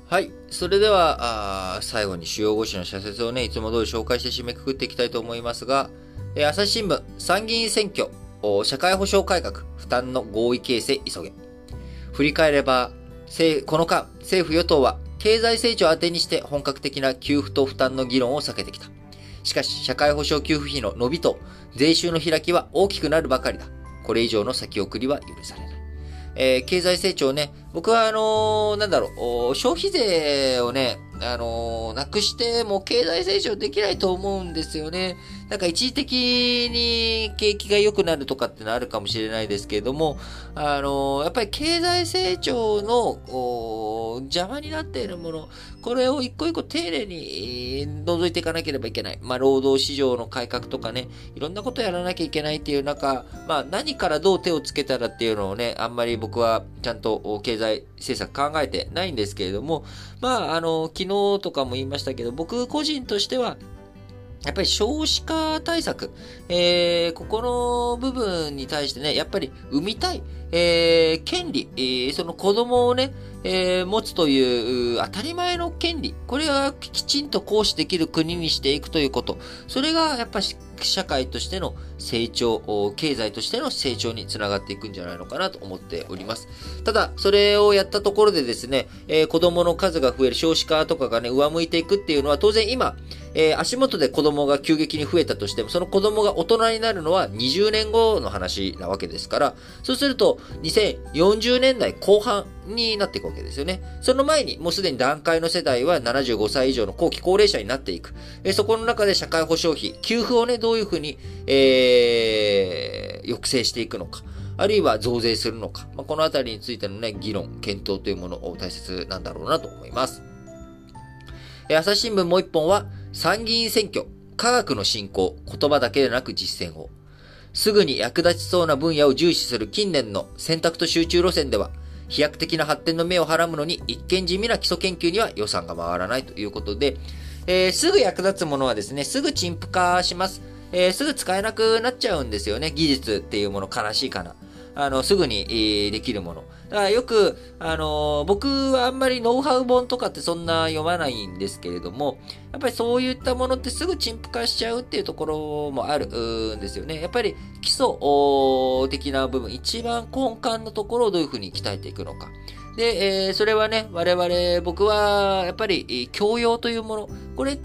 はい。それでは、最後に主要5紙の社説をね、いつも通り紹介して締めくくっていきたいと思いますが、朝日新聞、参議院選挙、社会保障改革、負担の合意形成急げ。振り返れば、この間、政府与党は、経済成長を当てにして本格的な給付と負担の議論を避けてきた。しかし、社会保障給付費の伸びと税収の開きは大きくなるばかりだ。これ以上の先送りは許されない。経済成長ね、僕は消費税をね、なくしても経済成長できないと思うんですよね。なんか一時的に景気が良くなるとかってのあるかもしれないですけれども、やっぱり経済成長の邪魔になっているもの、これを一個一個丁寧に除いていかなければいけない。労働市場の改革とかね、いろんなことやらなきゃいけないっていう中、何からどう手をつけたらっていうのをね、あんまり僕はちゃんと経済政策考えてないんですけれども、昨日とかも言いましたけど、僕個人としては、やっぱり少子化対策、ここの部分に対してね、やっぱり産みたい、権利、その子供をね、持つという当たり前の権利、これがきちんと行使できる国にしていくということ、それがやっぱり社会としての成長、経済としての成長につながっていくんじゃないのかなと思っております。ただ、それをやったところでですね、子供の数が増える少子化とかがね、上向いていくっていうのは当然今、足元で子供が急激に増えたとしても、その子供が大人になるのは20年後の話なわけですから、そうすると2040年代後半になっていくわけですよね。その前にもうすでに団塊の世代は75歳以上の後期高齢者になっていく。そこの中で社会保障費、給付をね、どういうふうに、抑制していくのか。あるいは増税するのか。このあたりについてのね、議論、検討というものを大切なんだろうなと思います。朝日新聞もう一本は、参議院選挙、科学の進行、言葉だけでなく実践を。すぐに役立ちそうな分野を重視する近年の選択と集中路線では、飛躍的な発展の目をはらむのに一見地味な基礎研究には予算が回らないということで、すぐ役立つものはですね、すぐ陳腐化します。すぐ使えなくなっちゃうんですよね。技術っていうもの悲しいかな。すぐに、できるもの。だからよく、僕はあんまりノウハウ本とかってそんな読まないんですけれども、やっぱりそういったものってすぐ陳腐化しちゃうっていうところもあるんですよね。やっぱり基礎的な部分、一番根幹のところをどういうふうに鍛えていくのか。で、それはね、僕は、やっぱり、教養というもの、これって、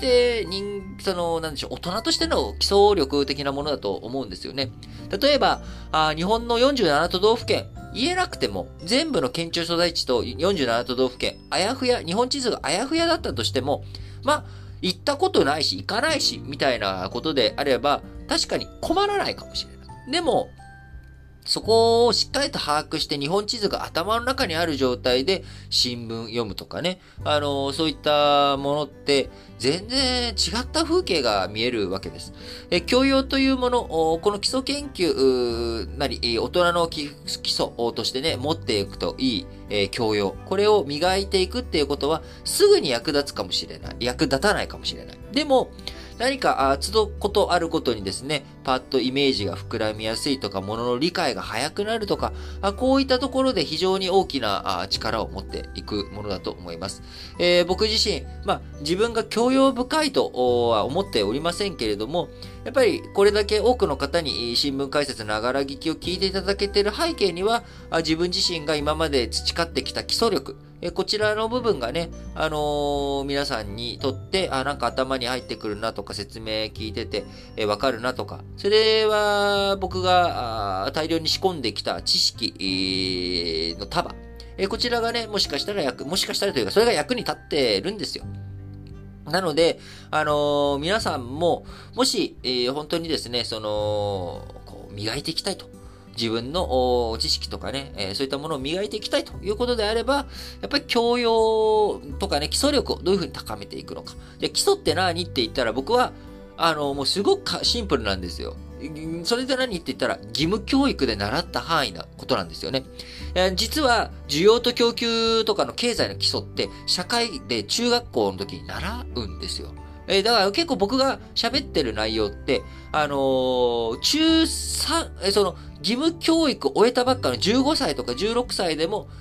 なんでしょう、大人としての基礎力的なものだと思うんですよね。例えば、日本の47都道府県、言えなくても、全部の県庁所在地と47都道府県、あやふや、日本地図があやふやだったとしても、行ったことないし、行かないし、みたいなことであれば、確かに困らないかもしれない。でも、そこをしっかりと把握して日本地図が頭の中にある状態で新聞読むとかね。そういったものって全然違った風景が見えるわけです。教養というもの、この基礎研究なり、大人の基礎としてね、持っていくといい、教養。これを磨いていくっていうことはすぐに役立つかもしれない。役立たないかもしれない。でも、何か、ことあることにですね、パッとイメージが膨らみやすいとか、ものの理解が早くなるとか、こういったところで非常に大きな力を持っていくものだと思います。僕自身、自分が教養深いとは思っておりませんけれども、やっぱりこれだけ多くの方に新聞解説ながら聞きを聞いていただけている背景には、自分自身が今まで培ってきた基礎力、こちらの部分がね、皆さんにとって、なんか頭に入ってくるなとか説明聞いてて、わかるなとか、それは僕が大量に仕込んできた知識の束、こちらがね、もしかしたらというか、それが役に立ってるんですよ。なので、皆さんも、もし、本当にですね、磨いていきたいと。自分の知識とかね、そういったものを磨いていきたいということであれば、やっぱり教養とかね、基礎力をどういうふうに高めていくのか。で、基礎って何って言ったら僕は、もうすごくシンプルなんですよ。それで何って言ったら、義務教育で習った範囲なことなんですよね。実は、需要と供給とかの経済の基礎って、社会で中学校の時に習うんですよ。だから結構僕が喋ってる内容って、中3、義務教育を終えたばっかの15歳とか16歳でも、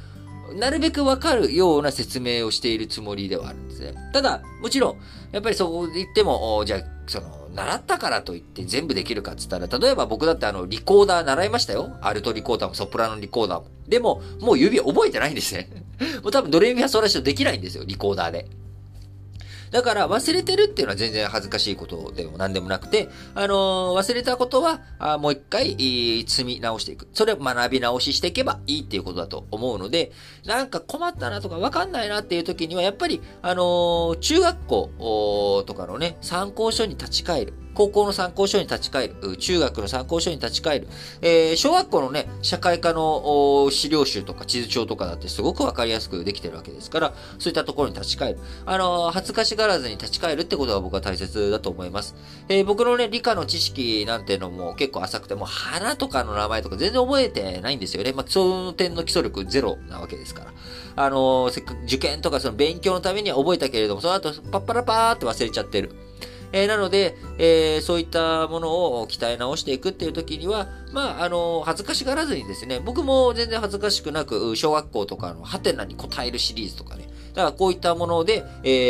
なるべくわかるような説明をしているつもりではあるんですね。ただ、もちろん、やっぱりそこで言っても、じゃあ、習ったからといって全部できるかって言ったら、例えば僕だってリコーダー習いましたよ。アルトリコーダーもソプラノリコーダーも。でも、もう指覚えてないんですね。もう多分ドレミファソラシドできないんですよ、リコーダーで。だから忘れてるっていうのは全然恥ずかしいことでも何でもなくて、忘れたことは、もう一回、積み直していく。それを学び直ししていけばいいっていうことだと思うので、なんか困ったなとかわかんないなっていう時には、やっぱり、中学校とかのね、参考書に立ち返る。高校の参考書に立ち返る。中学の参考書に立ち返る。小学校のね、社会科の資料集とか地図帳とかだってすごくわかりやすくできてるわけですから、そういったところに立ち返る。恥ずかしがらずに立ち返るってことが僕は大切だと思います。僕のね、理科の知識なんてのも結構浅くて、もう花とかの名前とか全然覚えてないんですよね。まあ、その点の基礎力ゼロなわけですから。せっかく受験とかその勉強のためには覚えたけれども、その後パッパラパーって忘れちゃってる。なので、そういったものを鍛え直していくっていう時には、まあ、恥ずかしがらずにですね、僕も全然恥ずかしくなく、小学校とかのハテナに答えるシリーズとかね、だからこういったもので、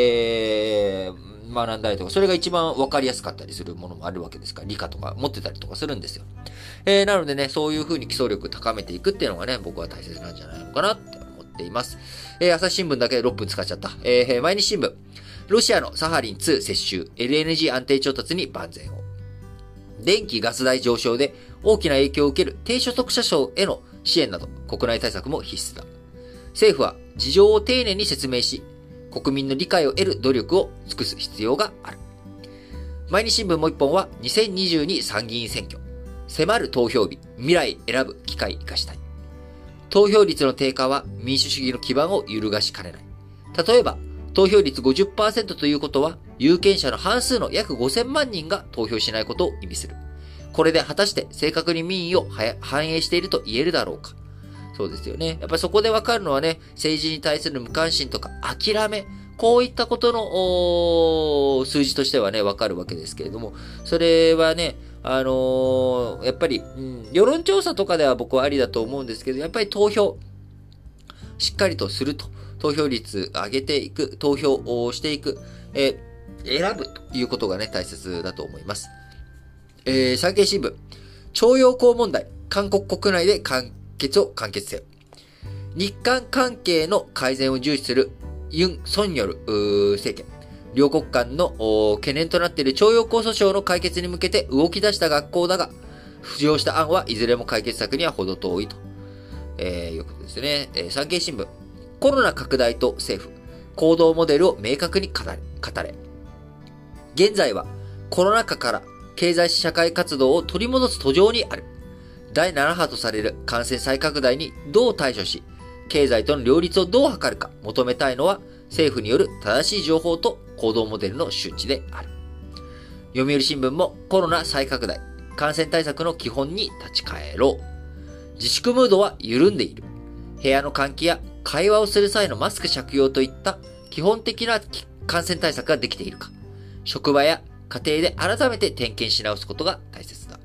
学んだりとか、それが一番わかりやすかったりするものもあるわけですから、理科とか持ってたりとかするんですよ。なのでね、そういう風に基礎力高めていくっていうのがね、僕は大切なんじゃないのかなって思っています。朝日新聞だけで6分使っちゃった。毎日新聞。ロシアのサハリン2接収、LNG 安定調達に万全を。電気・ガス代上昇で大きな影響を受ける低所得者層への支援など、国内対策も必須だ。政府は事情を丁寧に説明し、国民の理解を得る努力を尽くす必要がある。毎日新聞もう一本は、2022参議院選挙。迫る投票日、未来選ぶ機会生かしたい。投票率の低下は民主主義の基盤を揺るがしかねない。例えば、投票率 50% ということは、有権者の半数の約5000万人が投票しないことを意味する。これで果たして正確に民意を反映していると言えるだろうか。そうですよね。やっぱりそこでわかるのはね、政治に対する無関心とか諦め、こういったことの数字としてはね、わかるわけですけれども、それはね、やっぱり、世論調査とかでは僕はありだと思うんですけど、やっぱり投票、しっかりとすると。投票率上げていく、投票をしていく、選ぶということがね、大切だと思います。産経新聞、徴用工問題、韓国国内で完結せよ。日韓関係の改善を重視するユン・ソンニョル政権。両国間の懸念となっている徴用工訴訟の解決に向けて動き出した学校だが、浮上した案はいずれも解決策には程遠いと、いうことですね。産経新聞、コロナ拡大と政府、行動モデルを明確に語れ。現在はコロナ禍から経済社会活動を取り戻す途上にある。第7波とされる感染再拡大にどう対処し、経済との両立をどう図るか求めたいのは政府による正しい情報と行動モデルの周知である。読売新聞もコロナ再拡大、感染対策の基本に立ち返ろう。自粛ムードは緩んでいる。部屋の換気や会話をする際のマスク着用といった基本的な感染対策ができているか、職場や家庭で改めて点検し直すことが大切だ。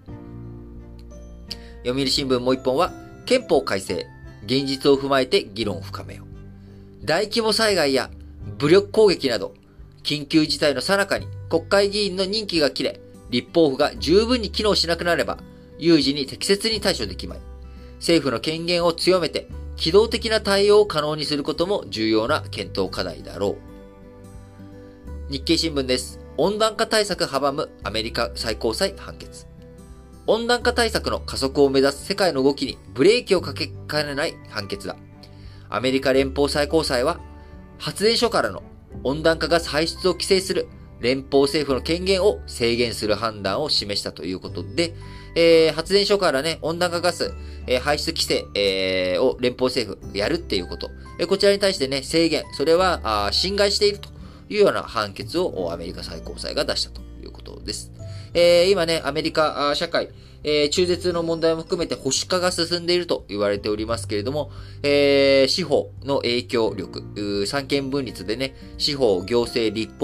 読売新聞もう一本は、憲法改正、現実を踏まえて議論を深めよう。大規模災害や武力攻撃など、緊急事態の最中に国会議員の任期が切れ、立法府が十分に機能しなくなれば、有事に適切に対処できまい。政府の権限を強めて、機動的な対応を可能にすることも重要な検討課題だろう。日経新聞です。温暖化対策阻むアメリカ最高裁判決。温暖化対策の加速を目指す世界の動きにブレーキをかけかねない判決だ。アメリカ連邦最高裁は、発電所からの温暖化ガス排出を規制する連邦政府の権限を制限する判断を示したということで、発電所からね、温暖化ガス、排出規制、を連邦政府やるっていうこと。こちらに対してね、制限、それは侵害しているというような判決をアメリカ最高裁が出したということです。今ね、アメリカ社会、中絶の問題も含めて保守化が進んでいると言われておりますけれども、司法の影響力、三権分立でね、司法、行政、立法、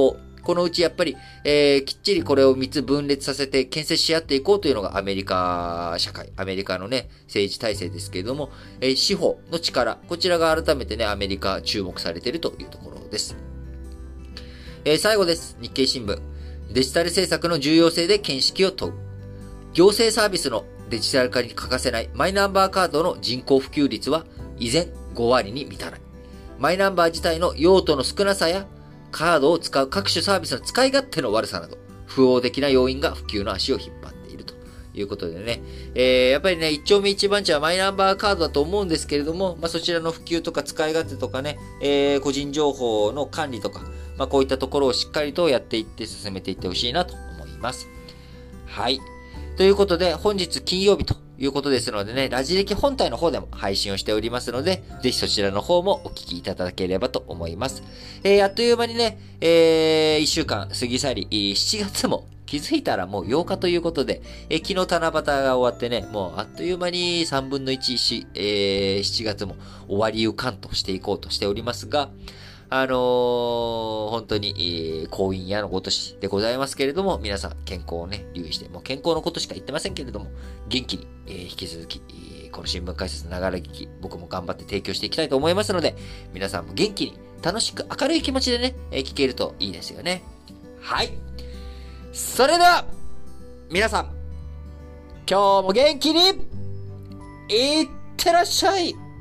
このうちやっぱり、きっちりこれを3つ分裂させて建設し合っていこうというのがアメリカ社会、アメリカのね、政治体制ですけれども、司法の力、こちらが改めてね、アメリカ注目されているというところです。最後です。日経新聞。デジタル政策の重要性で見識を問う。行政サービスのデジタル化に欠かせないマイナンバーカードの人口普及率は依然5割に満たない。マイナンバー自体の用途の少なさやカードを使う各種サービスの使い勝手の悪さなど、不応的な要因が普及の足を引っ張っているということでね。やっぱりね、一丁目一番地はマイナンバーカードだと思うんですけれども、そちらの普及とか使い勝手とかね、個人情報の管理とか、こういったところをしっかりとやっていって進めていってほしいなと思います。はい。ということで、本日金曜日ということですのでね、ラジ歴本体の方でも配信をしておりますので、ぜひそちらの方もお聞きいただければと思います。あっという間にね、1週間過ぎ去り、7月も気づいたらもう8日ということで、昨日七夕が終わってね、もうあっという間に3分の1、7月も終わりゆかんとしていこうとしておりますが、本当に、婚姻やのごとしでございますけれども、皆さん健康をね、留意して、もう健康のことしか言ってませんけれども、元気に、引き続き、この新聞解説ながら聞き、僕も頑張って提供していきたいと思いますので、皆さんも元気に、楽しく明るい気持ちでね、聞けるといいですよね。はい。それでは、皆さん、今日も元気に、いってらっしゃい。